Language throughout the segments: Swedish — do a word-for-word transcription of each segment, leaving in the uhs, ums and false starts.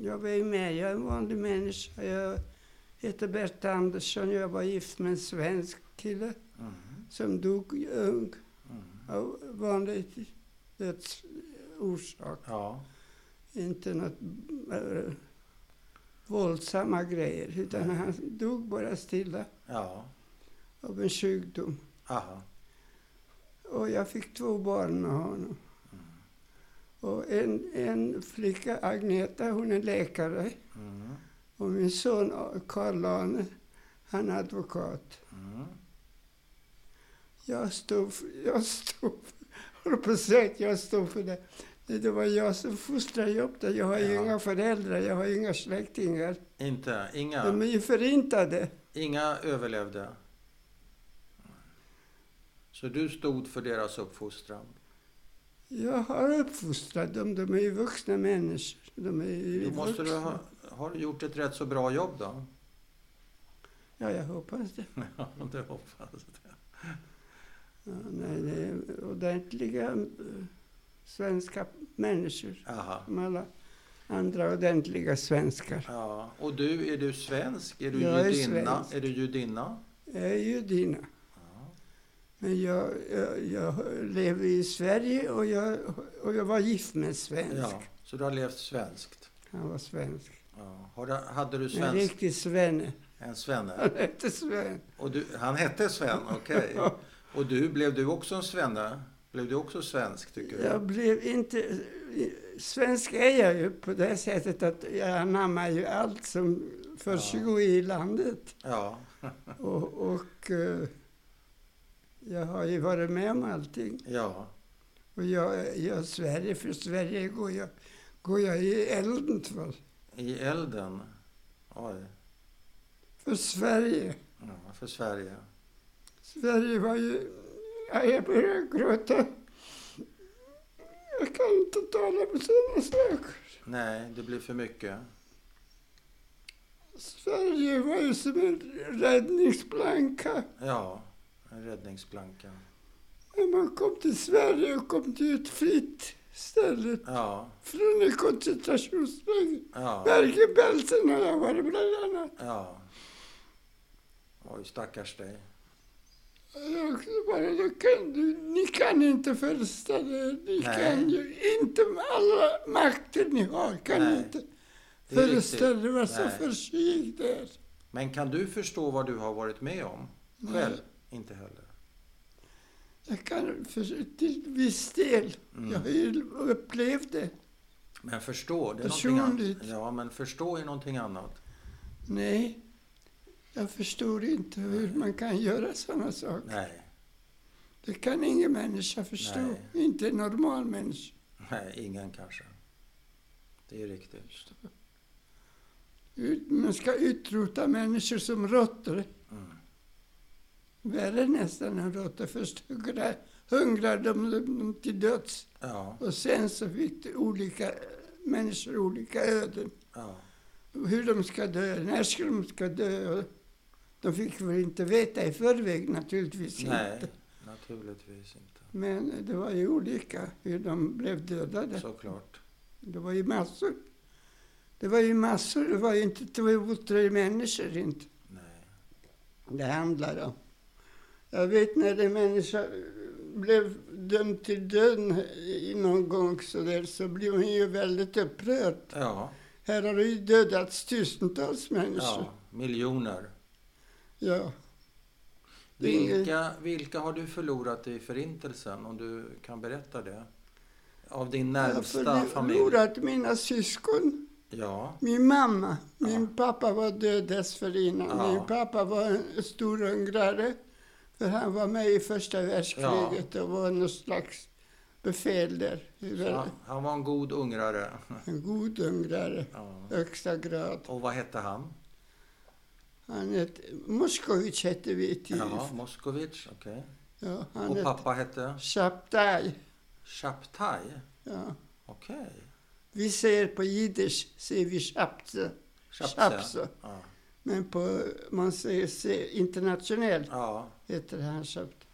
Jag var ju med, jag är en vanlig människa. Jag heter Bert Andersson, jag var gift med en svensk kille Mm. som dog ung Mm. av vanlig dödsorsak. Ja. Inte något äh, våldsamma grejer, utan Nej. han dog bara stilla Ja. av en sjukdom. Aha. Och jag fick två barn med honom. Mm. Och en, en flicka, Agneta, hon är läkare. Mm. Och min son Karl-Lane, han är advokat. Mm. Jag stod, jag stod, håller på att säga att jag stod för det. Det var jag som fostrade upp det. Jag har ju Ja. inga föräldrar, jag har inga släktingar. Inte? Inga, De är ju förintade. inga överlevde? Så du stod för deras uppfostran? Jag har uppfostrat dem, de är ju vuxna människor. De är ju Då måste vuxna. du ha, har du gjort ett rätt så bra jobb då? Ja, jag hoppas det. Ja, det hoppas det. Ja, nej, det är ordentliga äh, svenska människor. Aha. Som alla andra ordentliga svenskar. Ja. Och du, är du svensk? Är du Jag är judinna? svensk. Är du judinna? Jag är judinna. Ja. Men jag, jag, jag lever i Sverige och jag, och jag var gift med en svensk. Ja, så du har levt svenskt? Han var svensk. Ja. Har du, hade du En svensk? riktig svenne. En svenne? Han hette Sven. Och du, han hette Sven, okej. Ja. Och du, blev du också en svenne? Blev du också svensk, tycker du? Jag blev inte... Svensk är jag ju på det sättet att jag anammar ju allt som försiggår i landet. Ja. Och, och eh, jag har ju varit med om allting. Ja. Och jag, jag Sverige, för Sverige går jag, går jag i elden för. I elden? Oj. För Sverige. Ja, för Sverige. Sverige var ju... Ja, jag börjar gråta. Jag kan inte tala på sådana saker. Nej, det blir för mycket. Sverige var ju som en räddningsplanka. Ja, en räddningsplanka. När man kom till Sverige och kom till ett fritt ställe Ja, från en koncentrationsläger. ja, Bergen-Belsen har jag varit bland annat. ja. Oj, stackars dig. Jag bara, då kan du, ni kan inte föreställa er. Ni Nej. kan ju inte med alla makter ni har. Kan Nej, ni inte det är föreställa riktigt. er vad så Nej. försygt det är. Men kan du förstå vad du har varit med om? Själv? Nej. Inte heller. Jag kan för, till viss del. Mm. Jag har ju upplevt det. Men förstå, det är någonting Personligt. annat. Ja, men förstå är någonting annat. Nej, jag förstår inte hur man kan göra sådana saker. Nej, Det kan ingen människa förstå. Nej. Inte en normal människa. nej, ingen kanske. Det är riktigt. Ut- Man ska utrota människor som råttor. Mm. Värre nästan än råttor. Först hungrar, hungrar de dem till döds. Ja, Och sen så fick de olika människor olika öden. ja, Hur de ska dö, när ska de ska dö. Och de fick väl inte veta i förväg naturligtvis nej, inte. naturligtvis inte. Men det var ju olika hur de blev dödade. Såklart. Det var ju massor. Det var ju massor, det var ju inte två, tre människor inte. Nej. Det handlar om. Jag vet när en människa blev dömd till döden i någon gång så där, så blev hon ju väldigt upprörd. Ja, Här har det ju dödats tusentals människor. ja, miljoner. Ja. Det är ingen- Vilka, vilka har du förlorat i förintelsen, om du kan berätta det? Av din Jag har närmsta familj? förlorat mina syskon. Ja, Min mamma, min Ja. pappa var död dessförinnan. Ja. Min pappa var en stor ungrare. För han var med i första världskriget och var någon slags befäl där. så han, han var en god ungrare. En god ungrare, Ja. högsta grad. Och vad hette han? Han hette, Moskovic hette vi till. Ja, Moskovic, okej. Ja, han Och hette pappa hette? Chaptai. Chaptai, Ja. okej. Vi säger på jiddisch, säger vi chapse. Chapse. Chapse. Ja. Men på, man säger se, internationellt Ja. heter han Chaptai.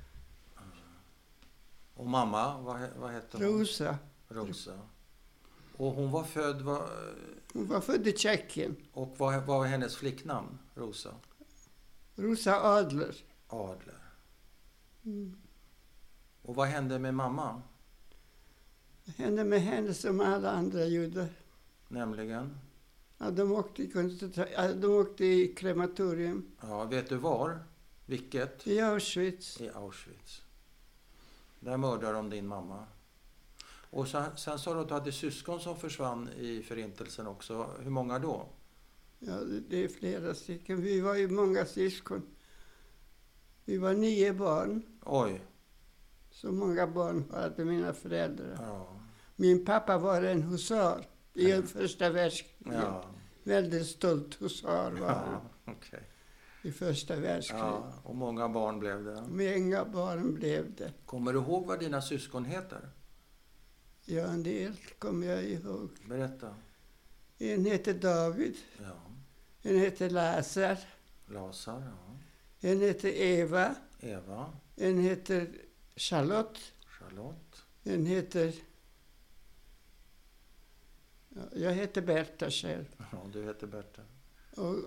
Och mamma, vad, he- vad hette hon? Rosa. Rosa. Och hon var född... Var, Hon var född i Tjeckien. och vad, vad var hennes flicknamn, Rosa? Rosa Adler. Adler. Mm. Och vad hände med mamma? Det hände med henne som alla andra judar. Nämligen? Ja, de, åkte i koncentra- ja, de åkte i krematorium. Ja, vet du var? Vilket? I Auschwitz. I Auschwitz. Där mördade de din mamma. Och sen, sen sa du att du hade syskon som försvann i förintelsen också. Hur många då? Ja, det, det är flera stycken. Vi var ju många syskon. Vi var nio barn. Oj. Så många barn hade mina föräldrar. Ja. Min pappa var en husar i en första världskriget. Ja. Väldigt stolt husar var han Ja, okej. i första världskriget. Ja, och många barn blev det. Många barn blev det. Kommer du ihåg vad dina syskon heter? Ja, en del kommer jag ihåg. Berätta. En heter David. Ja. En heter Lazar. Lazar, ja. En heter Eva. Eva. En heter Charlotte. Charlotte. En heter... Ja, jag heter Berta själv. Ja, du heter Berta. Och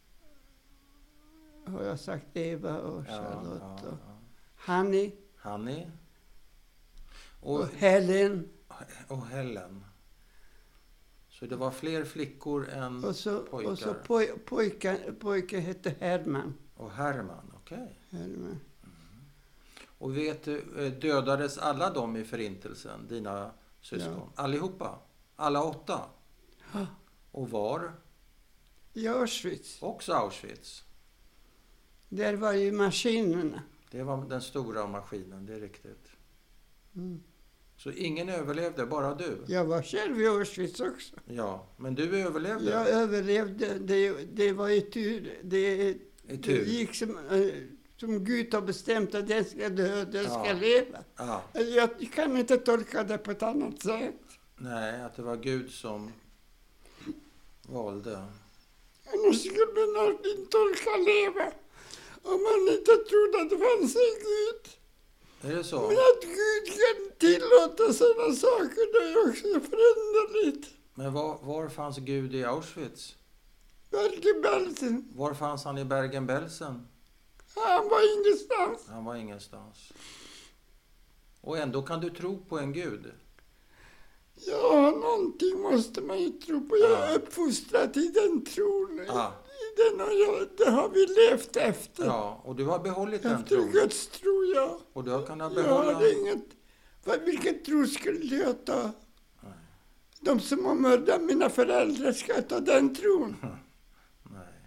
har jag sagt Eva och Ja, Charlotte ja, och ja. Hanni Hanni. och, Och, Helen. och Helen. Så det var fler flickor än Och så, pojkar. och så poj, pojken, pojken hette Herman. Och Herman, okej. Herman. Och vet du, eh, dödades alla de i förintelsen, dina syskon? Allihopa? Alla åtta? Ja. Och var? I Auschwitz. Också Auschwitz. Där var ju maskinerna. Det var den stora maskinen, det är riktigt. Mm. Så ingen överlevde, bara du? Jag var själv i Auschwitz också. Ja, men du överlevde? Jag överlevde. Det, det var ju tur. Det, I det tur? gick som, eh, som Gud har bestämt att den ska dö, den Ja. ska leva. Ja. Jag kan inte tolka det på ett annat sätt. Nej, att det var Gud som valde. Annars skulle man inte orka leva om man inte trodde att det fanns en Gud. Är det så? Men att Gud kan tillåta sådana saker, det är också föränderligt. Men var, var fanns Gud i Auschwitz? Bergen-Belsen, Var fanns han i Bergen-Belsen? han var ingenstans. Han var ingenstans. Och ändå kan du tro på en Gud? Ja, någonting måste man ju tro på. Jag är Ja. uppfostrad i den tron. Ja. I den har jag, det har vi levt efter. Ja, och du har behållit den Efter tron. Guds tro, ja. Och du har kunnat Jag behålla... hade inget... Vad, vilken tro skulle jag ta? Nej. De som har mördat mina föräldrar ska ta den tron. Nej.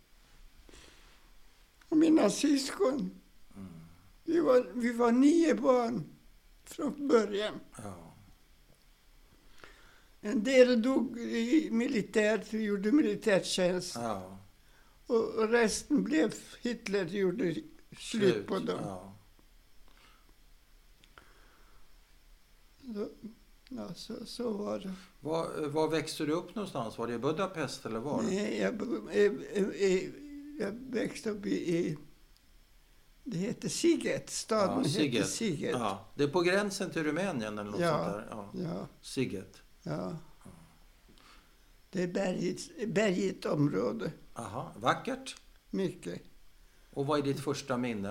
Och mina syskon. Mm. Vi var, vi var nio barn från början. Ja. En del dog i militärt, gjorde militärtjänst. Ja. Och och resten blev Hitler gjorde slut på dem. Ja. Så, ja, så, så var det. Var, var växte du upp någonstans? Var det i Budapest eller var? Nej, jag, bo- eh, eh, eh, jag växte upp i, i det heter Siget. Staden Ja, heter Siget. Siget. Ja, Ja. Det är på gränsen till Rumänien eller något Ja. sånt där? Ja. ja, Siget. ja. Det är berget, berget område. Aha, vackert. Mycket. Och vad är ditt första minne?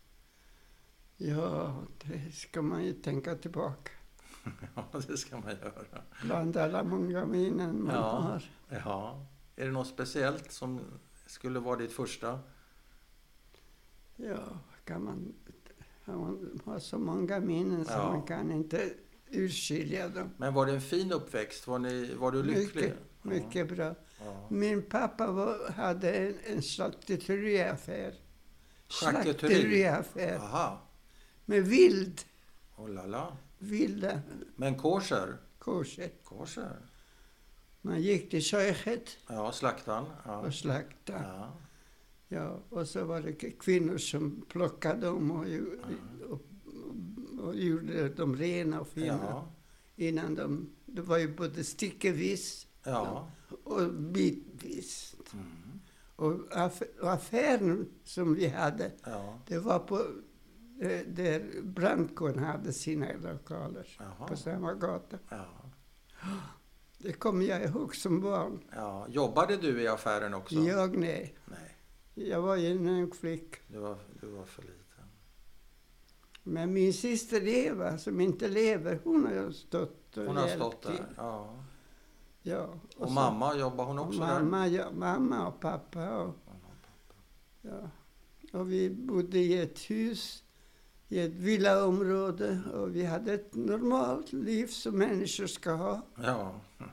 Ja, det ska man ju tänka tillbaka. Ja, det ska man göra. Bland alla många minnen man Ja. har. Ja. Är det något speciellt som skulle vara ditt första? Ja, kan man, man har så många minnen så Ja. man kan inte urskilja dem. Men var det en fin uppväxt? Var, ni, var du lycklig? Mycket, mycket bra. Ja. Min pappa var, hade en, en slakteriaffär. Charkuteri? Slakteriaffär. Aha. Med vild, Oh la la. vilda Men kosher? koser. Kosher? Man gick till köket Ja, slaktaren. Ja. och slaktade. Ja. Ja, och så var det kvinnor som plockade dem och, ju- och, och, och gjorde dem rena och fina. Ja. Innan de, det var ju både styckevis Ja. och bitvis. Mm. Och, aff, och affären som vi hade, Ja. det var på eh, där brandkåren hade sina lokaler. Jaha. På samma gata. Ja. Det kommer jag ihåg som barn. Ja. Jobbade du i affären också? Jag nej. Nej, Jag var ju en ung flick. du var, du var för liten. Men min syster Eva, som inte lever, hon har stått och Hon har hjälpt stått där. till. Ja. Ja. Och, så- mamma, jobbar hon och också mamma, ja, mamma och pappa. Och, ja. Och vi bodde i ett hus, i ett villaområde. Och vi hade ett normalt liv som människor ska ha. där? Ja.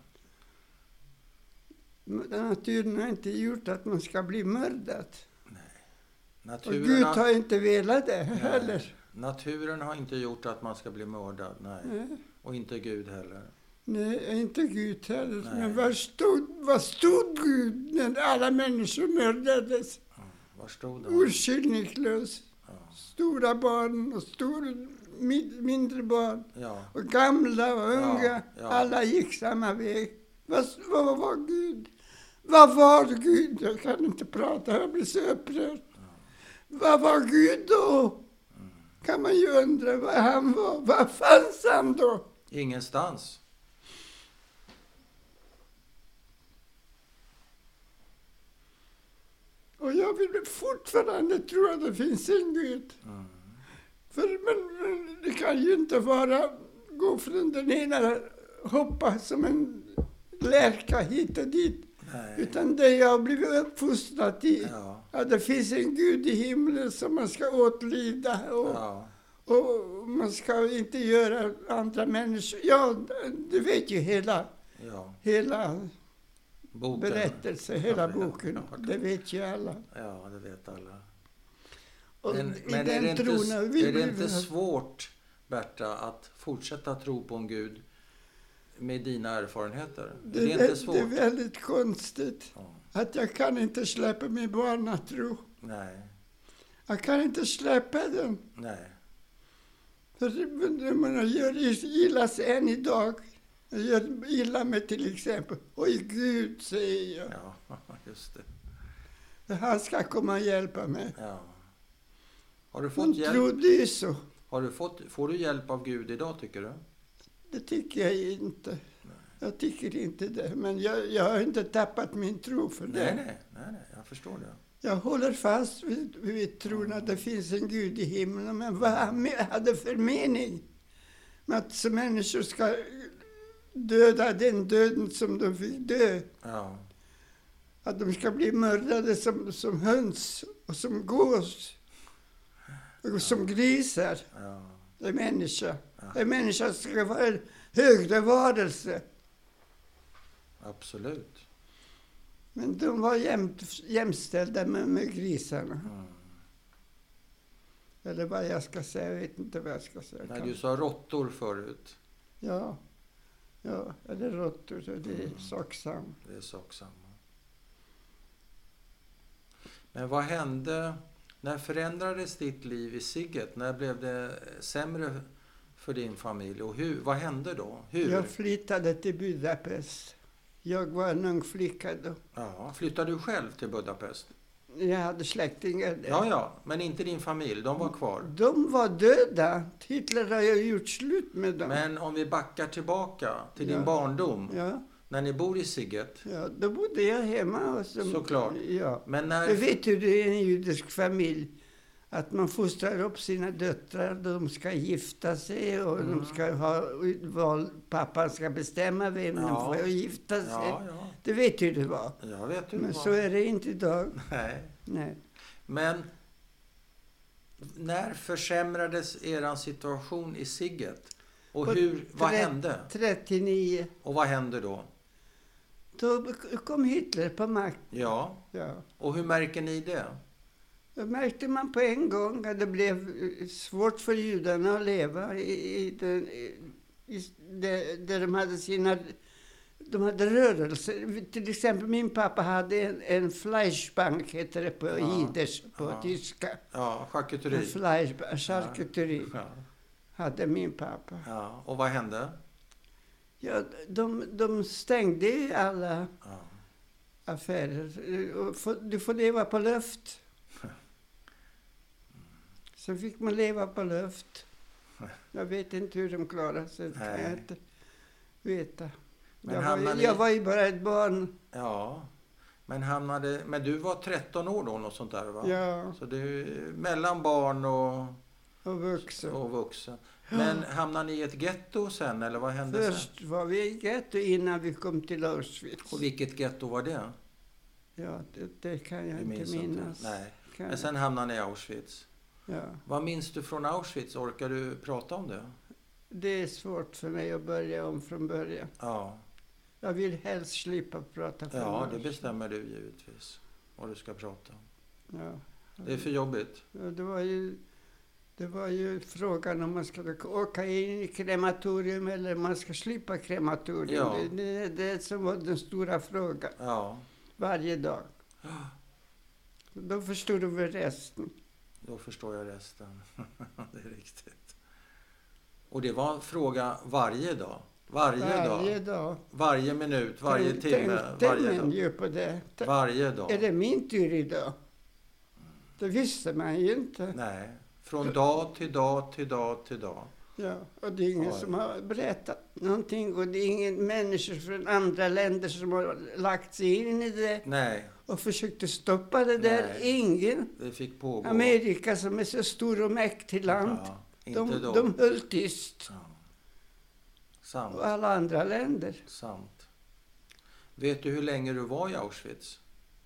Naturen har inte gjort att man ska bli mördad. Och Naturen, Gud har, har inte velat det heller. nej, naturen har inte gjort att man ska bli mördad. Nej. Nej. Och inte Gud heller. Nej, inte Gud heller. Nej. Men var stod, var stod Gud när alla människor mördades? Ja. Var stod det? Urskillningslös. Ja. Stora barn och stora, min, mindre barn. Ja. Och gamla och unga. Ja, ja. Alla gick samma väg. Vad, vad var Gud? Vad var Gud? Jag kan inte prata, jag blir så upprörd. Vad var Gud då? Kan man ju undra vad han var. Vad fanns han då? Ingenstans. Och jag vill fortfarande tro att det finns en Gud. Mm. För men, men det kan ju inte vara gå från den ena hoppa som en lärka hit och dit. Nej. Utan det jag har blivit uppfostrad i. Ja. Att det finns en Gud i himlen som man ska åtlyda. Och, Ja. och man ska inte göra andra människor. Ja, det vet ju hela, Ja. hela Boken. berättelsen, hela Ja, boken. ja, Det vet ju alla. Ja, det vet alla. Och Men, i men den är det inte, tron vill är det vi- inte svårt, Berta, att fortsätta tro på en Gud med dina erfarenheter? Det, är det är, inte svårt? det är väldigt konstigt Ja. att jag kan inte släppa min barnatro. Nej, Jag kan inte släppa den. nej. För man gör illa sig än idag. Jag gör illa med till exempel. Oj Gud, säger jag. Ja, just det. Han ska komma och hjälpa mig. Ja. Har du fått Hon hjälp? trodde ju så. Har du fått, får du hjälp av Gud idag, tycker du? Det tycker jag inte. Jag tycker inte det. Men jag, jag har inte tappat min tro för det. Nej, nej, nej, nej, jag förstår det. Jag håller fast vid, vid tron att det finns en Gud i himlen. Men vad han hade för mening med att så människor ska döda den döden som de fick dö. Ja, Att de ska bli mördade som, som höns och som gås och som grisar. ja, Det är människa. En människa ska vara en högre varelse. absolut. Men de var jämt, jämställda med, med grisarna. Mm. Eller vad jag ska säga, jag vet inte vad jag ska säga. Nej, du sa råttor förut. Ja, ja, eller råttor, så det är sak samma. Det är sak samma. Men vad hände? När förändrades ditt liv i Sigget? När blev det sämre för din familj? Och hur, vad hände då? Hur? Jag flyttade till Budapest. Jag var en ung flicka då. Ja, flyttade du själv till Budapest? Jag hade släktingar där. Ja, ja, men inte din familj. De var kvar. De var döda. Hitler har ju gjort slut med dem. Men om vi backar tillbaka till din Ja. barndom. Ja, När ni bor i Sigget. ja, då bodde jag hemma. Och som, Såklart. Ja. Men Jag när... vet hur det är i en judisk familj. Att man fostrar upp sina döttrar. De ska gifta sig och Mm. de ska ha val. Pappan ska bestämma vem de Ja. får gifta sig. Ja, ja. Det vet hur det var. Jag vet hur Men det så var. är det inte idag. Nej. Nej. Men när försämrades eran situation i Sigget? Och På hur, vad tre- hände? trettionio. Och vad hände då? Då kom Hitler på makt. Ja, Ja. och hur märker ni det? Då märkte man på en gång att det blev eh, svårt för judarna att leva i, i, den, i, i där, där de hade sina de hade rörelser. Till exempel min pappa hade en, en Fleischbank, heter det på Ja. jiddisch, på Ja. tyska. Ja, En charkuteri. Fleischbank, charkuteri Ja. hade min pappa. Ja, och vad hände? Ja, de, de stängde ju alla Ja. affärer. Och få- Du får leva på luft. Så fick man leva på luft. Jag vet inte hur de klarade sig. Det kan jag Nej. inte veta. Men, Jag var, hamnade ju, ni, jag var ju bara ett barn. ja, men, hamnade, men du var tretton år då, något sånt där va? Ja, Så du är mellan barn och, och vuxen. och vuxen. Men hamnade ni i ett getto sen eller vad hände Först sen? var vi i getto innan vi kom till Auschwitz. Och vilket getto var det? Ja, det, det kan jag Du inte minns minnas. inte? Nej. Kan Men sen hamnade ni i Auschwitz. Ja. Vad minns du från Auschwitz? Orkar du prata om det? Det är svårt för mig att börja om från början. Ja, Jag vill helst slippa prata för ja mig. det bestämmer du givetvis. Vad du ska prata om. Ja. Det är för jobbigt. Ja, det var ju, det var ju frågan om man ska åka in i krematorium eller om man ska slippa krematorium. Ja. Det, det, det som var den stora frågan Ja, varje dag. Då förstod du väl resten. då förstår jag resten. Det är riktigt. Och det var en fråga varje dag. Varje, Varje dag. dag. Varje minut, varje Tänk- timme, tänkte varje man dag. ju på det. T- Varje dag. Är det min tur idag? Det visste man ju inte. Nej. Från dag till dag till dag till dag. Ja, och det är ingen Oj. som har berättat någonting och det är ingen människor från andra länder som har lagt sig in i det Nej, och försökte stoppa det där. Nej. Ingen. det fick pågå. Amerika som är så stor och mäktig land, Ja, inte de, då. de höll tyst. Ja. Sant, Och alla andra länder. sant. Vet du hur länge du var i Auschwitz?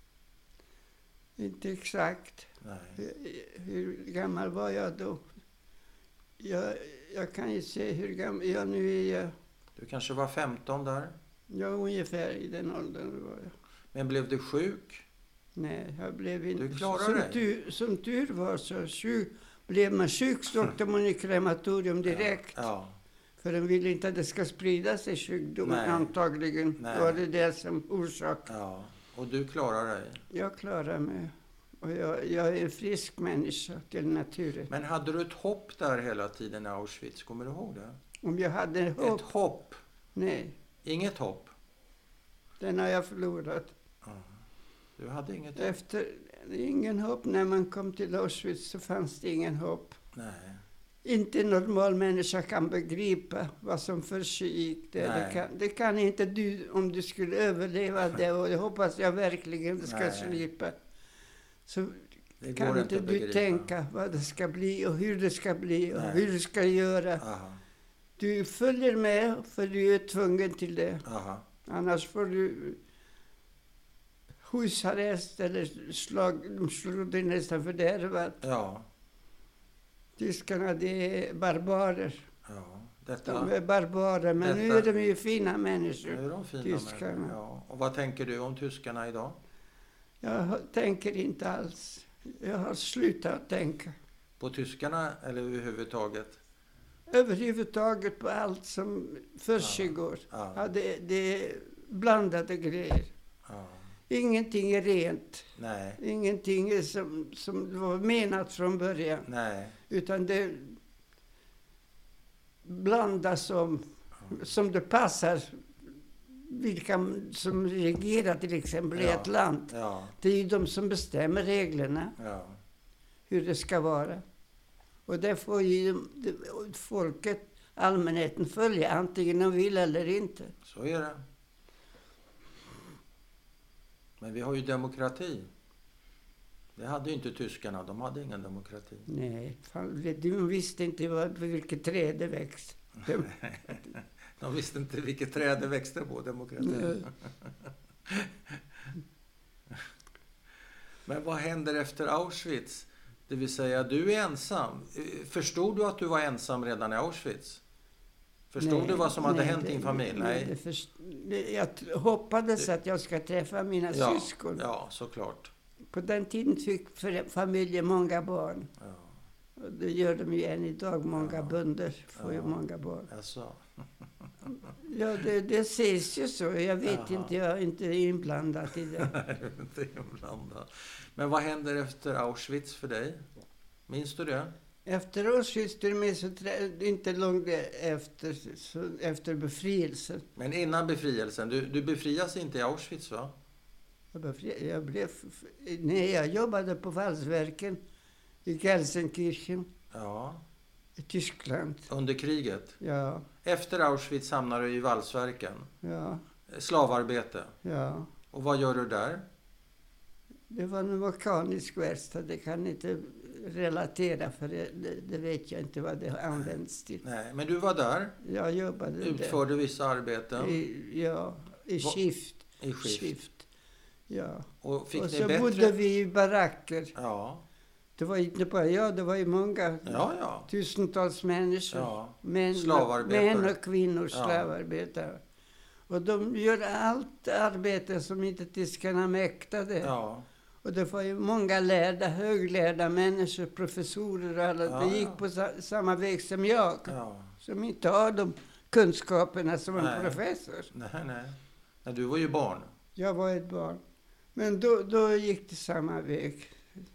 Inte exakt. Nej. Hur, hur gammal var jag då? Jag, jag kan ju se hur gammal... Ja, nu är jag... Du kanske var femton där. Jag är ungefär i den åldern var jag. Men blev du sjuk? Nej, jag blev inte... Du klarar som, dig. tur, som tur var så sjuk. Blev man sjuk så åkte man i krematorium direkt. Ja. För de vill inte att det ska sprida sig sjukdomen Nej. antagligen. Nej. Var det det som orsak. ja. Och du klarar dig. Jag klarar mig. Och jag, jag är en frisk människa till naturen. Men hade du ett hopp där hela tiden i Auschwitz? Kommer du ihåg det? Om jag hade hopp? Ett hopp? Nej, Inget hopp? den har jag förlorat. Ja. Du hade inget hopp? Efter ingen hopp. När man kom till Auschwitz så fanns det ingen hopp. Nej. Inte en normal människa kan begripa vad som försiggick där. Nej. Det kan, det kan inte du om du skulle överleva det. Och det hoppas jag verkligen du ska Nej. slippa. Så Det kan går inte inte att du begripa. tänka vad det ska bli och hur det ska bli och Nej. hur du ska göra. Aha. Du följer med för du är tvungen till det. Aha. Annars får du husarrest eller slag, de slår dig nästan fördärvad. Ja. Tyskarna, det är barbarer. Ja. De Detta... är barbarer, men nu Detta- är de ju fina människor. Nu är de fina Tyskarna. människor. Ja. Och vad tänker du om tyskarna idag? Jag har- tänker inte alls. Jag har slutat tänka. På tyskarna eller överhuvudtaget? Överhuvudtaget på allt som försiggår. Ja. Ja, det, det är blandade grejer. Ja. Ingenting är rent. Nej. Ingenting är som, som det var menat från början. Nej. Utan det blandas som, som det passar. Vilka som regerar till exempel i Ja. ett land. Ja. Det är ju de som bestämmer reglerna. Ja. Hur det ska vara. Och det får ju det- folket, allmänheten följa. Antingen de vill eller inte. Så är det. Men vi har ju demokrati. Det hade ju inte tyskarna. De hade ingen demokrati. Nej, fan, vet du, de visste inte vad, på vilket träd det växte. De, De visste inte vilket träd det växte på, demokratin. Nej. Men vad händer efter Auschwitz? Det vill säga, du är ensam. Förstod du att du var ensam redan i Auschwitz? Förstod nej, du vad som hade nej, hänt i det- din familj? Nej. Det först, det, jag t- hoppades att jag ska träffa mina ja, syskon. ja, såklart. På den tiden fick för- familjen många barn. Ja, Och det gör de ju än idag. Många Ja. bönder får ju Ja. många barn. alltså. Ja, det, det sägs ju så. Jag vet Jaha. inte, jag är inte inblandad i det. Nej, du är inte inblandad. Men vad händer efter Auschwitz för dig? Minns du det? Efter Auschwitz, det är med så trä- inte långt efter, så, efter befrielsen. Men innan befrielsen, du, du befrias inte i Auschwitz va? Jag, befri, jag blev... Nej, jag jobbade på valsverken i Gelsenkirchen Ja, i Tyskland. under kriget. Ja, Efter Auschwitz hamnar du i valsverken. Ja, Slavarbete. ja. Och vad gör du där? Det var en mekanisk verkstad. Det kan jag inte relatera för det, det, det vet jag inte vad det används till. Nej, men du var där. Jag jobbade Utförde vissa arbeten. I, ja, i Va- skift. I skift. skift. Ja. Och fick Och ni så bättre... bodde vi i baracker. Ja. Det var inte bara jag, det var ju många. Ja, ja. Tusentals människor. Ja. Män, Slavarbetare. män och kvinnor, Ja. slavarbetare. Och de gör allt arbete som inte tyskarna mäktade. Ja. Och det var ju många lärda, höglärda människor, professorer och alla. Ja, de gick ja. på sa- samma väg som jag. Ja. Som inte har de kunskaperna som Nej. en professor. Nej, nej. Nej, du var ju barn. Jag var ett barn. Men då, då gick det samma väg.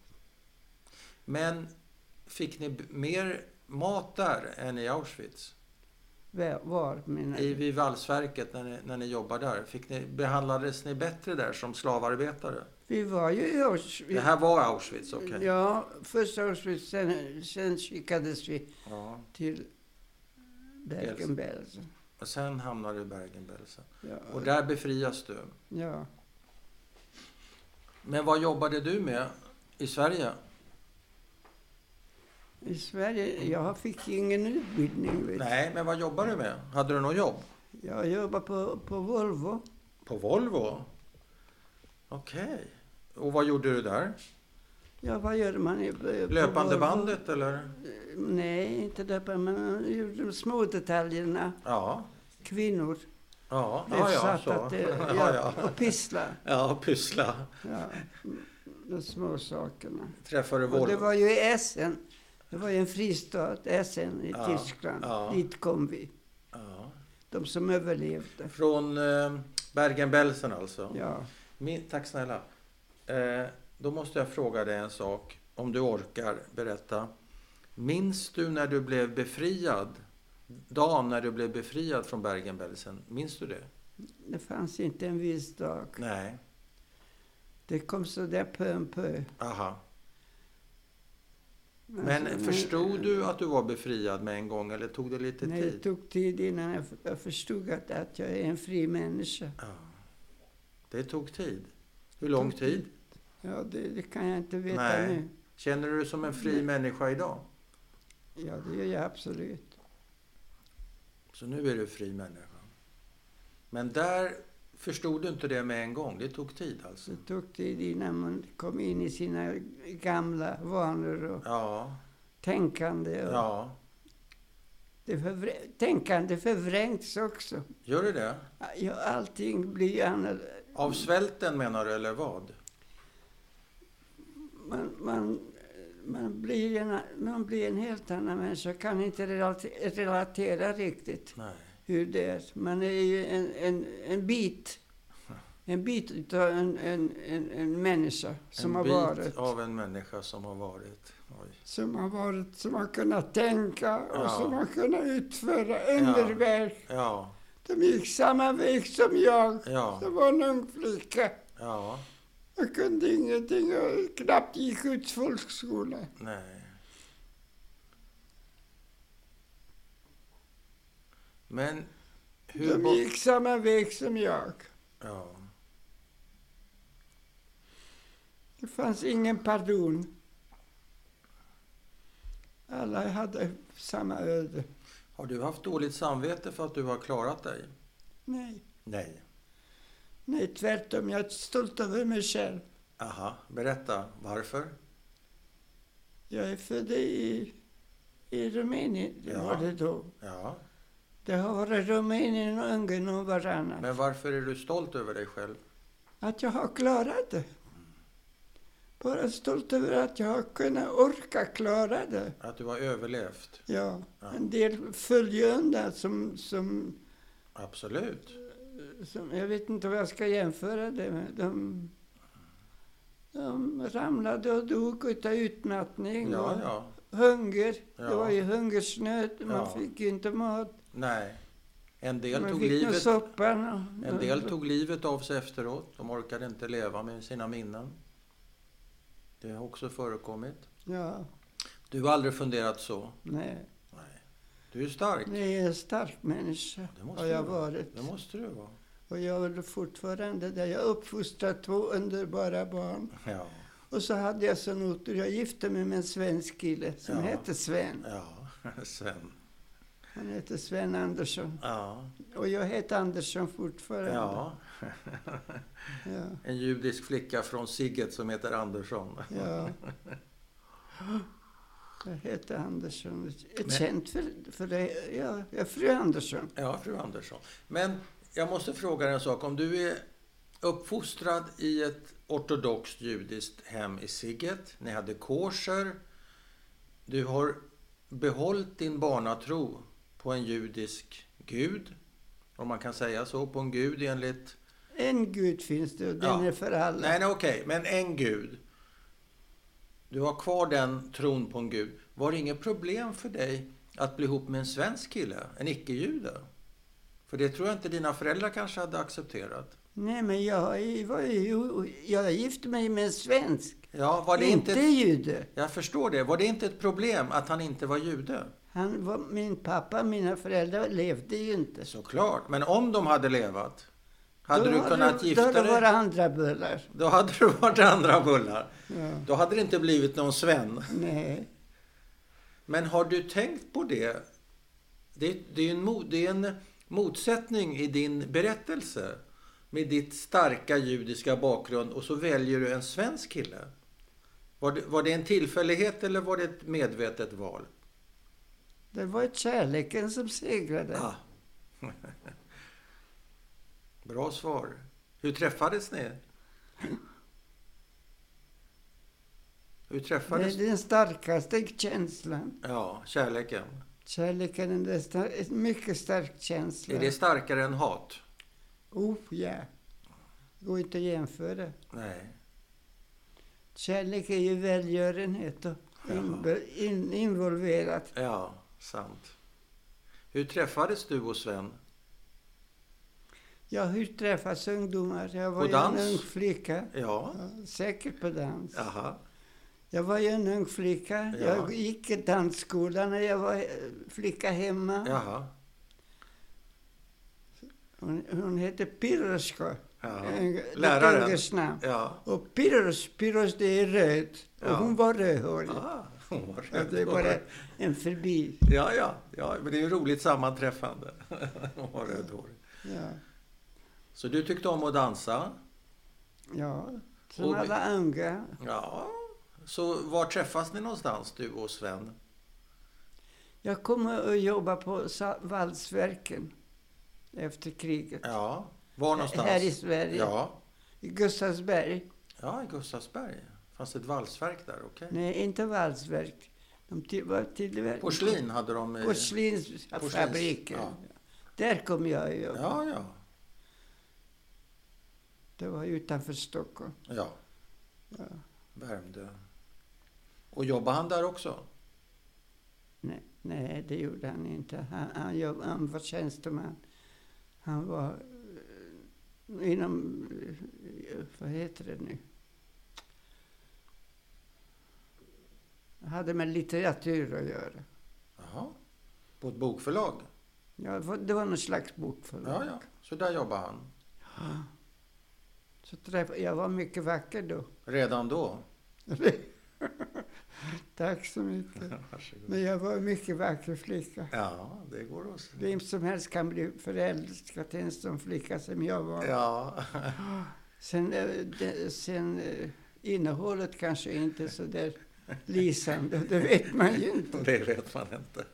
Men fick ni b- mer mat där än i Auschwitz? Var, var menar I du? vid valsverket när ni, när ni jobbade där? Fick ni, behandlades ni bättre där som slavarbetare? Vi var ju i Auschwitz. Det här var Auschwitz, okej. Ja, först Auschwitz, sen, sen skickades vi Ja. till Bergen-Belsen. Och sen hamnade du i Bergen-Belsen. Ja, Och där befrias du. ja. Men vad jobbade du med i Sverige? I Sverige, jag fick ingen utbildning. Vet. Nej, men vad jobbade du med? Hade du något jobb? Jag jobbade på, på Volvo. På Volvo? Okej. Och vad gjorde du där? Ja, vad gör man? i- på Löpande Volvo? bandet eller? Nej, inte löpande, men man gjorde de små detaljerna. Ja. Kvinnor. Ja, Det ja, ja, satt så. att det, ja, ja, ja. och pyssla. Ja, pyssla. Ja, de små sakerna. Träffade Och det Volvo. var ju i Essen. Det var ju en fristad, Essen i Ja, Tyskland. ja. Dit kom vi. Ja. De som överlevde. Från eh, Bergen-Belsen alltså? Ja. Min, tack snälla. Eh, då måste jag fråga dig en sak. Om du orkar berätta. Minns du när du blev befriad? Dagen när du blev befriad från Bergen-Belsen. Minns du det? Det fanns inte en viss dag. Nej. Det kom så där pö om pö. Aha. Men Alltså, förstod du att du var befriad med en gång eller tog det lite Nej, det tid? tog tid innan jag, jag förstod att, att jag är en fri människa. Ja. Det tog tid. Hur lång Tog tid? Ja, det, det kan jag inte veta Nej. nu. Känner du dig som en fri Nej. människa idag? Ja, det gör jag absolut. Så nu är du fri människa. Men där förstod du inte det med en gång. Det tog tid alltså. Det tog tid innan man kom in i sina gamla vanor och Ja, tänkande. Och ja. det förvrä tänkande förvrängs också. Gör det det? Ja, allting blir annorlunda. Av svälten menar du eller vad? Man, man, man, blir en, man blir en helt annan människa. Kan inte relate- relatera riktigt Nej. hur det är. Man är ju en, en, en bit. En bit av en, en, en, en människa som en har bit varit. av en människa som har varit. Oj. Som har varit, som har kunnat tänka och Ja. som har kunnat utföra underverk. Ja, De gick samma väg som jag. ja, Det var en ung flicka. ja. Jag kunde ingenting och knappt gick ut folkskola. Nej. Men hur... De bo- gick samma väg som jag. Ja. Det fanns ingen pardon. Alla hade samma öde. Har du haft dåligt samvete för att du har klarat dig? Nej, Nej. nej tvärtom. Jag är stolt över mig själv. Aha, berätta. Varför? Jag är född i, i Rumänien. Det Ja. var det då. Ja. Det har varit Rumänien och Ungern och varannat. Men varför är du stolt över dig själv? Att jag har klarat det. Bara stolt över att jag har kunnat orka klara det. Att du har överlevt? Ja, Ja. en del följer undan som, som, Absolut. som... Jag vet inte vad jag ska jämföra det med. De, de ramlade och dog utav utmattning Ja, och ja. hunger. Ja. Det var ju hungersnöd. Man Ja. fick ju inte mat. Nej. En del, Man tog fick nog livet, soppan. Och, en del tog livet av sig efteråt. De orkade inte leva med sina minnen. Det har också förekommit. Ja, Du har aldrig funderat så? nej. Nej. Du är stark. Jag är en stark människa, Det måste har jag du vara. varit. Det måste du vara. Och jag är fortfarande där. Jag uppfostrat två underbara barn. Ja. Och så hade jag sån otur. Jag gifte mig med en svensk kille som Ja. hette Sven. Ja, Sven. Han heter Sven Andersson. Ja. Och jag heter Andersson fortfarande. Ja. Ja. En judisk flicka från Sigget som heter Andersson. Ja. Jag heter Andersson. Ett Men- känt för, för det. Ja, jag är fru Andersson. Ja, fru Andersson. Men jag måste fråga dig en sak. Om du är uppfostrad i ett ortodoxt judiskt hem i Sigget. Ni hade kosher. Du har behållit din barnatro på en judisk gud. Om man kan säga så. På en gud enligt... En Gud finns det och den Ja. är för alla. Nej, nej, okej. Men en gud. Du har kvar den tron på en gud. Var det inget problem för dig att bli ihop med en svensk kille? En icke-jude? För det tror jag inte dina föräldrar kanske hade accepterat. Nej, men jag, var ju, jag gifte mig med en svensk. Ja, var det inte inte... jude. Jag förstår det. Var det inte ett problem att han inte var jude? Han var, min pappa, mina föräldrar levde ju inte. Såklart. Men om de hade levat, hade Då du hade kunnat det- gifta Då hade det dig? varit andra bullar. Då hade du varit andra bullar. Ja. Då hade det inte blivit någon Sven. Nej. Men har du tänkt på det? Det, det, är en, mo- det är en motsättning i din berättelse. Med ditt starka judiska bakgrund och så väljer du en svensk kille. Var det, var det en tillfällighet eller var det ett medvetet val? Det var kärleken som segrade. Ah. Bra svar. Hur träffades ni? Hur Det träffades är den starkaste känslan. Ja, kärleken. Kärleken är en star- en mycket stark känsla. Är det starkare än hat? Oh, ja. Går inte att jämföra. Nej. Kärlek är ju välgörenhet och in, in, involverat. Ja, sant. Hur träffades du och Sven? Ja, hur träffas ungdomar? Jag var På ju dans? en ung flicka. Ja. Ja, säkert på dans. Jaha. Jag var ju en ung flicka. Ja. Jag gick i dansskolan när jag var eh, flicka hemma. Jaha. Hon, hon hette Piroska. Ja. En Läraren. ungersk namn. Ja. Och Piros, Piros det är röd. Och Ja. hon var rödhårig. Ah, hon var Ja, det är bara en förbi. Ja, ja, ja, men det är ju roligt sammanträffande. Hon var rödhårig. Ja, Så du tyckte om att dansa? ja. Som Och vi- alla unga. Ja. Så var träffas ni någonstans, du och Sven? Jag kom att jobba på Sa- valsverken efter kriget. Ja. Var någonstans? Här i Sverige. Ja. I Gustavsberg. Ja, i Gustavsberg. Fanns det ett valsverk där, okej? Nej, inte valsverk. De till, var tillverkade Porslin hade de i... porslinsfabriken. Ja. Där kom jag att jobba. Ja, ja. Det var utanför Stockholm. Ja, Ja. Värmdö. Och jobbade han där också? Nej, nej, det gjorde han inte. Han, han, jobb, han var tjänsteman. Han var eh, inom, eh, vad heter det nu? Han hade med litteratur att göra. Jaha. På ett bokförlag? Ja, det var- det var någon slags bokförlag. Ja, ja. Så där jobbade han. Ja. Så träff, jag var mycket vacker då. Redan då? Tack så mycket. Varsågod. Men jag var en mycket vacker flicka. Ja, det går att se. Vem som helst kan bli förälskad till en sån flicka som jag var. Ja. Sen, eh, det, sen eh, innehållet kanske inte så där lysande. Det vet man ju inte. Det vet man inte.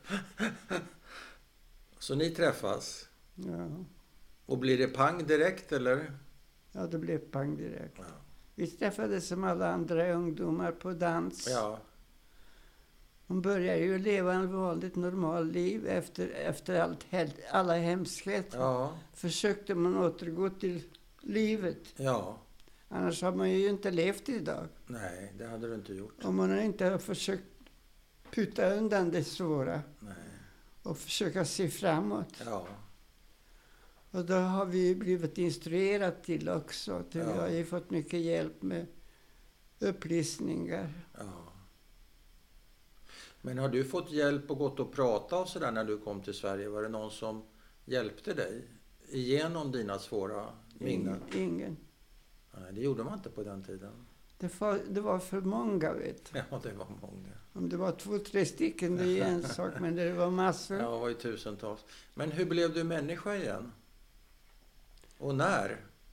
Så ni träffas. Ja, Och blir det pang direkt eller? ja det blev pang direkt. Ja. Vi träffades som alla andra ungdomar på dans. Ja. Hon började ju leva en vanligt normal liv efter, efter allt, hel- alla hemskheter. Ja. Försökte man återgå till livet. Ja. Annars har man ju inte levt idag. Nej, det hade du inte gjort. Om man inte har försökt putta undan det svåra Nej. och försöka se framåt. Ja. Och då har vi blivit instruerat till också. Till Ja. Vi har ju fått mycket hjälp med upplysningar. Ja. Men har du fått hjälp och gått och prata och sådär när du kom till Sverige? Var det någon som hjälpte dig igenom dina svåra minnen? Ingen. Nej, det gjorde man inte på den tiden. Det var, det var för många, vet du. Ja, det var många. Om det var två, tre stycken, det är en sak, men det var massor. Ja, det var ju tusentals. Men hur blev du människa igen? Och när?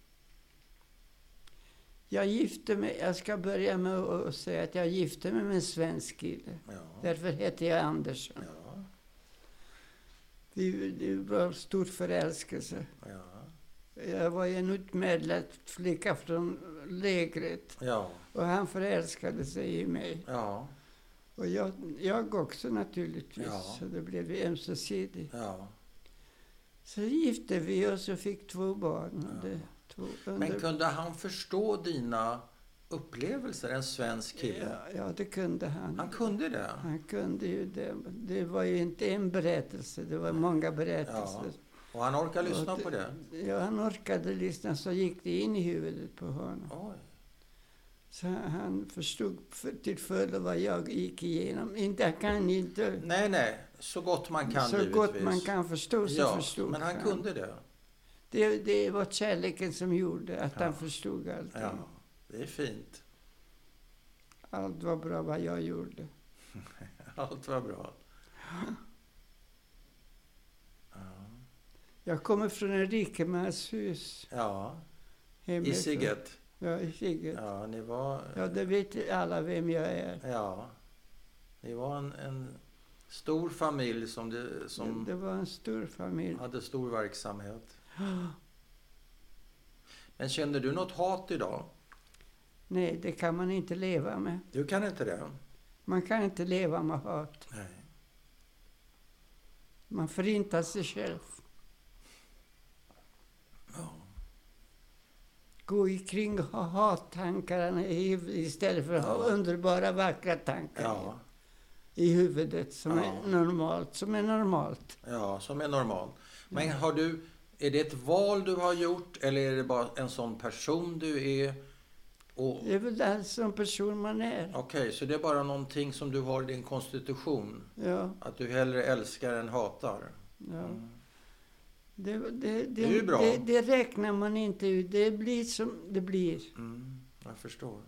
Jag gifte mig, jag ska börja med att säga att jag gifte mig med en svensk kille. Ja. Därför heter jag Andersson. Ja. Vi, det var stor förälskelse. Ja. Jag var en utmärglad flicka från lägret. Ja. Och han förälskade sig i mig. Ja. Och jag, jag också naturligtvis. Ja. Så det blev ömsesidigt. Ja. Så gifte vi oss och fick två barn. Ja. Det, två under... Men kunde han förstå dina upplevelser, en svensk kille? Ja, ja, det kunde han. Han kunde det? Han kunde ju det. Det var ju inte en berättelse, det var många berättelser. Ja. Och han orkade lyssna Och det, på det? Ja, han orkade lyssna, så gick det in i huvudet på honom. Oj. Så han förstod för, till fullo vad jag gick igenom. Inte, han kan inte... Nej, nej. Så gott man kan, Så givetvis. gott man kan förstå, så ja, förstod men han, han kunde det. det. Det var kärleken som gjorde att Ja. han förstod allting. Ja, det är fint. Allt var bra vad jag gjorde. Allt var bra. Ja. Jag kommer från en rikemanshus. Ja. I hemifrån. Sigget. Ja, i Sigget. Ja, ni var... Ja, det vet alla vem jag är. Ja. Ni var en, en stor familj som, det, som Det, det var en stor familj. hade stor verksamhet. Men känner du något hat idag? Nej, det kan man inte leva med. Du kan inte det? Man kan inte leva med hat. Nej. Man förintar sig själv. Ja. Gå ikring och ha hattankar i huvudet istället för att ha Ja. underbara, vackra tankar Ja. i huvudet som Ja. är normalt. Som är normalt. Ja, som är normalt. Men har du, är det ett val du har gjort eller är det bara en sån person du är? Och, Det är väl den som person man är. Okej, så det är bara någonting som du har i din konstitution? Ja, Att du hellre älskar än hatar? ja. Mm. Det, det, det, Det är ju bra. Det, det räknar man inte ut. Det blir som det blir. Mm, jag förstår.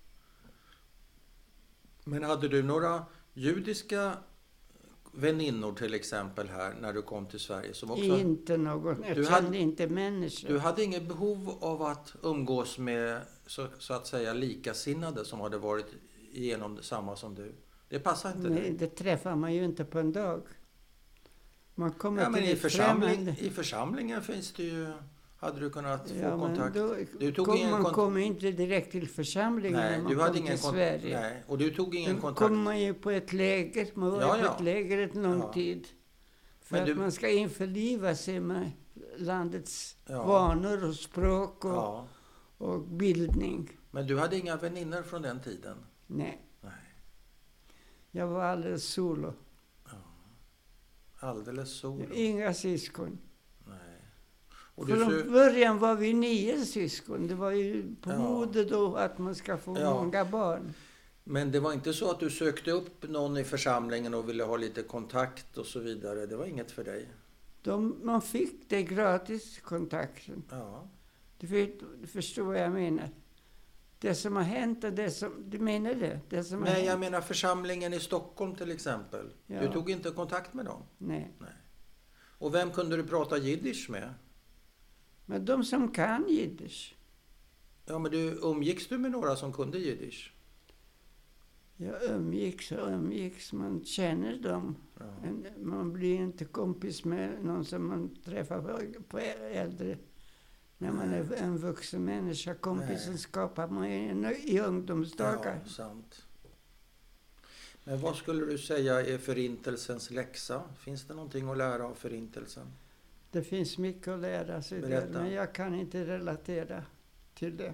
Men hade du några judiska väninnor till exempel här när du kom till Sverige? Som också, Inte någon. Jag Du kände hade- inte människor. du hade inget behov av att umgås med så, så att säga likasinnade som hade varit igenom samma som du? Det passar inte Nej, dig? det träffar man ju inte på en dag. Man kommer Ja, men till i, ett församling, främmande... i församlingen finns det ju... Hade du kunnat få Ja, men kontakt? då, Du tog kom, ingen man kont- kommer inte direkt till församlingen när Nej, man du hade kom ingen till kontakt. Sverige. Nej, och du tog ingen Då kontakt. kommer man ju på ett läger. Man var Ja, ju ja. på ett läger ett lång Ja. tid. För Men att du- man ska införliva sig med landets Ja. vanor och språk och, Ja. och bildning. Men du hade inga väninnor från den tiden? Nej, Nej. jag var alldeles solo. Alldeles solo? Inga syskon. Nej. Och du Från sö- början var vi nio syskon. Det var ju på Ja. mode då att man ska få Ja. många barn. Men det var inte så att du sökte upp någon i församlingen och ville ha lite kontakt och så vidare? Det var inget för dig? De, man fick det gratis, kontakten. Ja. Du, vet, du förstår vad jag menar. Det som har hänt och det som... Du menar det? Det som har Nej, jag hänt? menar församlingen i Stockholm till exempel. Ja. Du tog inte kontakt med dem? Nej. Nej. Och vem kunde du prata jiddisch med? Men de som kan jiddisch. Ja, men du, umgicks du med några som kunde jiddisch? Jag umgicks och umgicks. Man känner dem. Ja. En- Man blir inte kompis med någon som man träffar på- på äldre. När man är en vuxen människa. Kompisen Nej. skapar man ju i ungdomsdagar. Ja, sant. Men vad skulle du säga är förintelsens läxa? Finns det någonting att lära av förintelsen? Det finns mycket att lära sig där, Berätta. men jag kan inte relatera till det.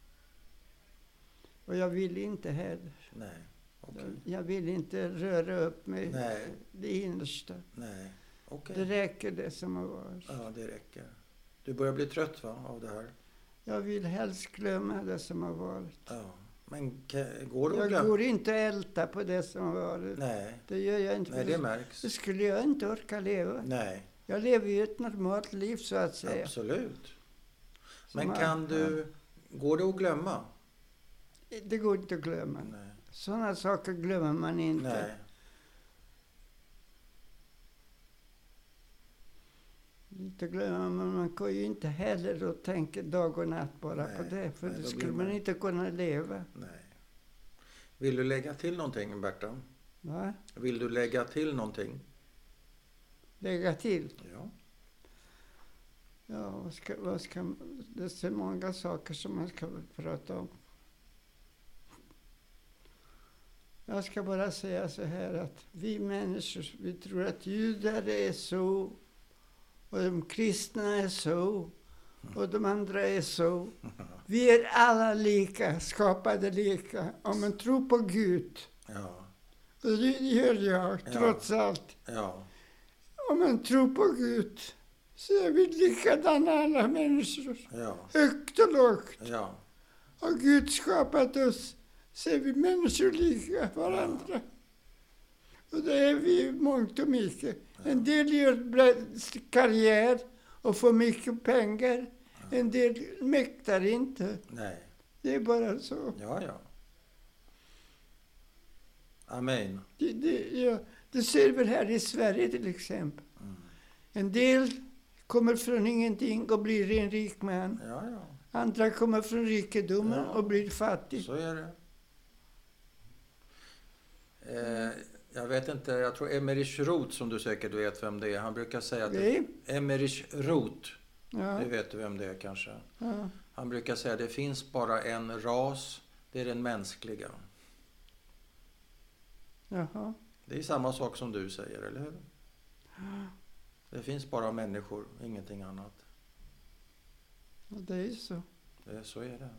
Och jag vill inte heller. Nej, okej. Jag vill inte röra upp mig Nej. det innersta. Nej, okej. Det räcker det som har varit. Ja, det räcker. Du börjar bli trött va, av det här? Jag vill helst glömma det som har varit. Ja. Men ka- går det att Jag glömma? går inte att älta på det som var. Nej, Det gör jag inte. nej för det det, märks. det skulle jag inte orka leva. Nej, Jag lever ju ett normalt liv så att säga. absolut. Som Men man- kan du... Går det att glömma? Det går inte att glömma. Nej. Sådana saker glömmer man inte. Nej. Inte glömma, men man kan ju inte heller och tänka dag och natt bara Nej, på det. För nej, det då skulle blir man man- inte kunna leva. Nej. Vill du lägga till någonting, Berta? Va? Vill du lägga till någonting? Lägga till. Ja. Ja, vad ska, vad ska, det är så många saker som man ska prata om. Jag ska bara säga så här att vi människor, vi tror att judar är så och de kristna är så och de andra är så. Vi är alla lika, skapade lika. Om man tror på Gud, Ja. och det gör jag Ja. trots allt. Ja. Om man tror på Gud så är vi likadana alla människor. Ja. Högt och lågt. Ja. Har Gud skapat oss så är vi människor lika varandra. Och det är vi i mångt och mycket. En del gör bra karriär och får mycket pengar. En del mäktar inte. Nej. Det är bara så. Ja, ja. Amen. Det, det, ja, det ser vi här i Sverige till exempel. Mm. En del kommer från ingenting och blir en rik man. Ja, ja. Andra kommer från rikedomen Ja. och blir fattig. Så är det. Eh, jag vet inte, jag tror Emmerich Roth, som du säkert vet vem det är. Han brukar säga att... Det, Nej. Emmerich Roth, Ja, det vet du vem det är kanske. ja. Han brukar säga att det finns bara en ras, det är den mänskliga. Jaha. Det är samma sak som du säger, eller hur? Det finns bara människor, ingenting annat. Och det är ju så. Det, så är det.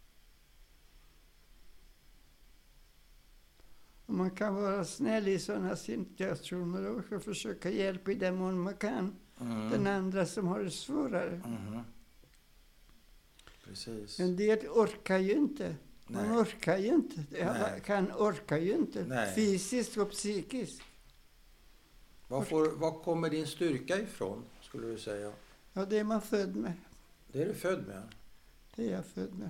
Och man kan vara snäll i sådana situationer och försöka hjälpa i den mån man kan. Mm. Den andra som har det svårare. Mhm. Precis. En del orkar ju inte. Man Nej. orkar ju inte. Alla Nej. kan orkar ju inte. Nej. Fysiskt och psykiskt. Var, får, var kommer din styrka ifrån, skulle du säga? Ja, det är man född med. Det är du född med. Det är jag född med.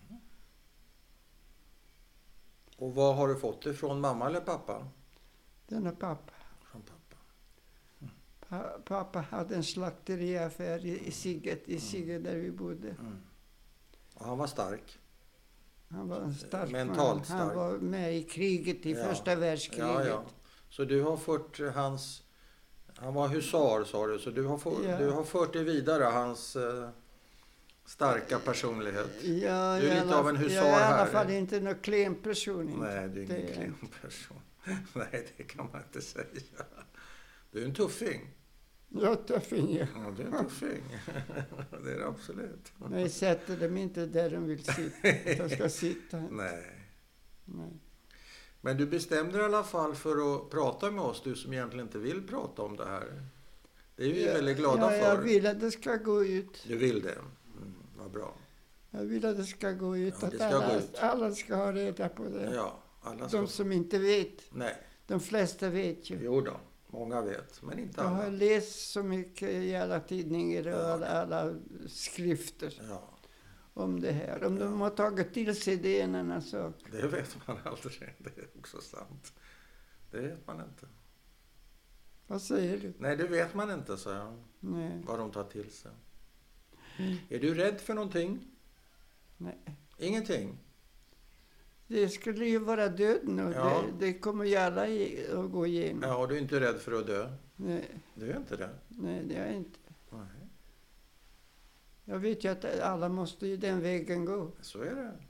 Och vad har du fått det från, mamma eller pappa? Denna pappa. Från pappa. Pa, pappa hade en slakteriaffär i, i Sigget, i Sigget där vi bodde. Mm. Och han var stark. Han var en stark Mentalt man. stark. Han var med i kriget, i Ja. första världskriget. Ja, ja. Så du har fört hans... Han var husar, sa du. Så du har, for, Ja. du har fört det vidare, hans eh, starka personlighet. Ja, Du är i lite alla- av en husar jag är i alla här. fall inte någon klen person. Inte. Nej, du är Det ingen är- klen person. Nej, det kan man inte säga. Du är en tuffing. Jag tar finger. Ja, du är en tuffing. Det är det absolut. Nej, sätter dem inte där de vill sitta. De ska sitta. Nej. Nej. Men du bestämde dig i alla fall för att prata med oss, du som egentligen inte vill prata om det här. Det är vi Ja, väldigt glada ja, för. Jag vill att det ska gå ut. Du vill det? Mm, vad bra. Jag vill att det ska gå ut. Ja, det att ska alla, gå ut. alla ska ha reda på det. Ja, alla ska... De som inte vet. Nej, De flesta vet ju. jo då. Många vet, men inte Jag har alla. läst så mycket i alla tidningar och Ja. alla, alla skrifter Ja, om det här. Om Ja. de har tagit till sig det är en annan sak. det vet man aldrig. Det är också sant. Det vet man inte. Vad säger du? Nej, det vet man inte, så jag. Nej. Vad de tar till sig. Mm. Är du rädd för någonting? Nej. Ingenting? Det skulle ju vara döden och Ja. det, det kommer ju alla i, att gå igenom. Ja, och du är inte rädd för att dö? Nej, Du är inte det? nej, det är jag inte. Nej, Jag vet ju att alla måste ju den vägen gå. så är det.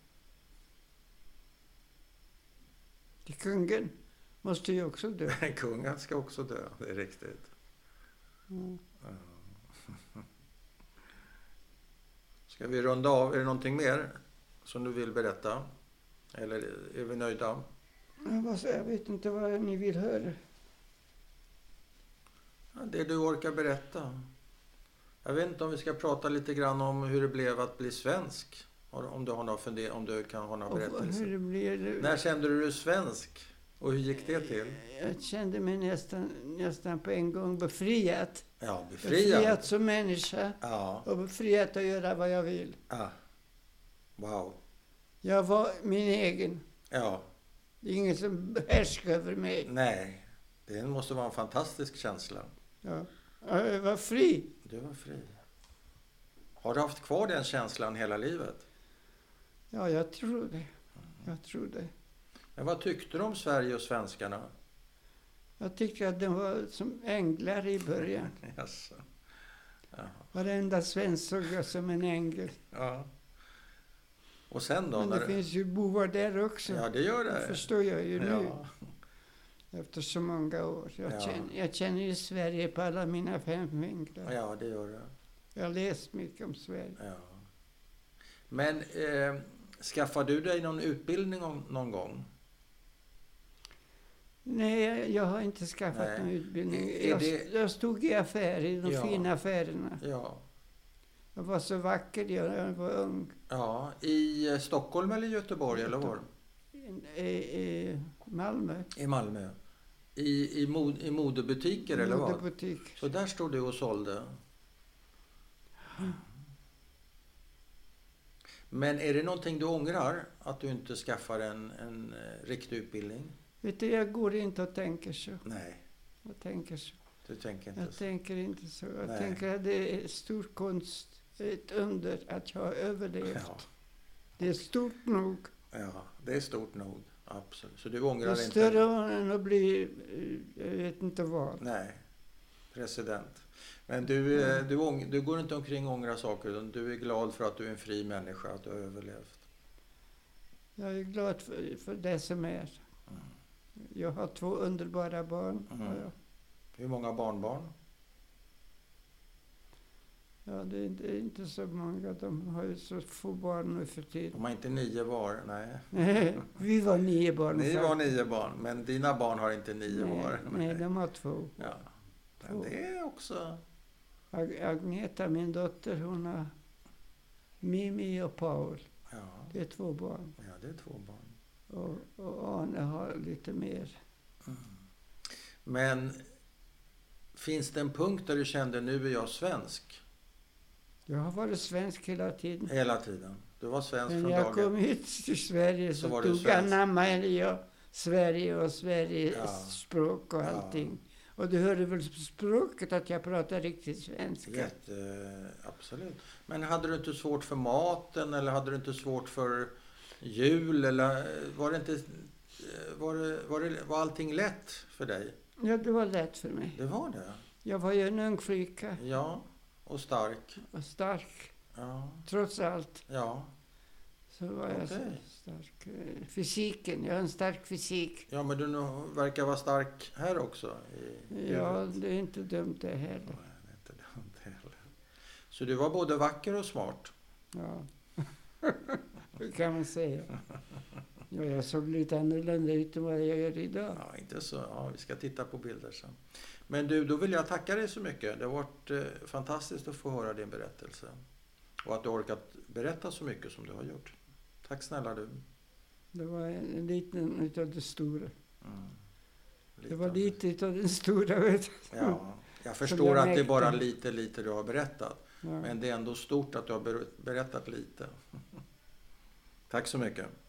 Till kungen måste ju också dö. Kungen ska också dö, det är riktigt. Mm. Ja. Ska vi runda av? Är det någonting mer som du vill berätta? Eller är vi nöjda? Jag, bara, jag vet inte vad ni vill höra. Ja, det du orkar berätta. Jag vet inte om vi ska prata lite grann om hur det blev att bli svensk. Om du, har några funder- om du kan ha några Och berättelser. hur blir det? När kände du dig svensk? Och hur gick det till? Jag kände mig nästan, nästan på en gång befriad. Ja, befriad. Befriad som människa. Ja. Och befriad att göra vad jag vill. Ah. Wow. Jag var min egen. Ja. Det är ingen som behärskar över mig. Nej. Det måste vara en fantastisk känsla. Ja. Jag var fri. Du var fri. Har du haft kvar den känslan hela livet? Ja, jag tror det. Jag tror det. Men vad tyckte du om Sverige och svenskarna? Jag tyckte att de var som änglar i början. Yes. Ja. Varenda svensk såg jag som en ängel. Ja. Och sen då? Men när det du... finns ju bovar där också. Ja, det gör Det det. förstår jag ju nu. Ja. Efter så många år. Jag, Ja. känner, jag känner ju Sverige på alla mina fem fingrar. Ja, det gör det. Jag har läst mycket om Sverige. Ja. Men eh, skaffade du dig någon utbildning om, någon gång? Nej, jag har inte skaffat Nej. någon utbildning. Är Jag, det- jag stod i affärer, i de Ja. fina affärerna. Ja. Jag var så vacker, jag, jag var ung. Ja, i eh, Stockholm eller Göteborg eller var? I, i Malmö. I Malmö. I, i, mod, i modebutiker eller vad? Modebutik. Så där stod du och sålde? Men är det någonting du ångrar? Att du inte skaffar en, en eh, riktig utbildning? Vet du, jag går inte och tänker så. Nej, Jag tänker så. du tänker inte Jag så. tänker inte så. Jag Nej. tänker att det är stor konst, ett under att jag har överlevt. Ja, Det är stort nog. ja, det är stort nog. Absolut. Så du Det ångrar är inte? större än att bli, eh, jag vet inte vad. Nej, president. Men du, eh, du, ång, du går inte omkring och ångrar saker, utan du är glad för att du är en fri människa, att du har överlevt. Jag är glad för, för det som är. Mm. Jag har två underbara barn. Mm. har jag. Hur många barnbarn? Ja, det är, inte, det är inte så många. De har ju så få barn nu för tiden. De har inte nio var, nej. Nej, vi var nio barn. Ni var faktiskt. nio barn, men dina barn har inte nio nej, var. nej, de har två. Ja. Men Två. det är också... Ag- Agneta, min dotter, hon har Mimi och Paul. Ja, Det är två barn. ja det är två barn. Och, och Arne har lite mer. Men finns det en punkt där du kände, nu är jag svensk? Jag har varit svensk hela tiden. Hela tiden. Du var svensk Men från när jag dagen. kom hit till Sverige Så så, var du tog svensk. anamma jag Sverige och Sveriges Ja. språk och Ja. allting. Och du hörde väl på språket att jag pratar riktigt svenska. Jätte, absolut. Men hade du inte svårt för maten eller hade du inte svårt för jul? Eller var det inte... Var, det, var, det, var allting lätt för dig? Ja, det var lätt för mig. Det var det? Jag var ju en ung flicka Ja. Och stark? och stark. Ja. Trots allt Ja. så var jag så Okej. stark. Eh, Fysiken, jag har en stark fysik. Ja, men du nu verkar vara stark här också. I Ja, huvudet. det är inte dumt det heller. Nej, det är inte dumt heller. Så du var både vacker och smart? Ja, det kan man säga. Ja, jag såg lite annorlunda ut än vad jag gör idag. Ja, inte så. Ja, vi ska titta på bilder sen. Men du, då vill jag tacka dig så mycket. Det har varit eh, fantastiskt att få höra din berättelse. Och att du orkat berätta så mycket som du har gjort. Tack snälla du. Det var en liten utav det stora. Mm. Det var lite utav den stora, vet du. Ja, jag Som förstår jag att det är märkte. bara lite, lite du har berättat. Ja. Men det är ändå stort att du har ber- berättat lite. Tack så mycket.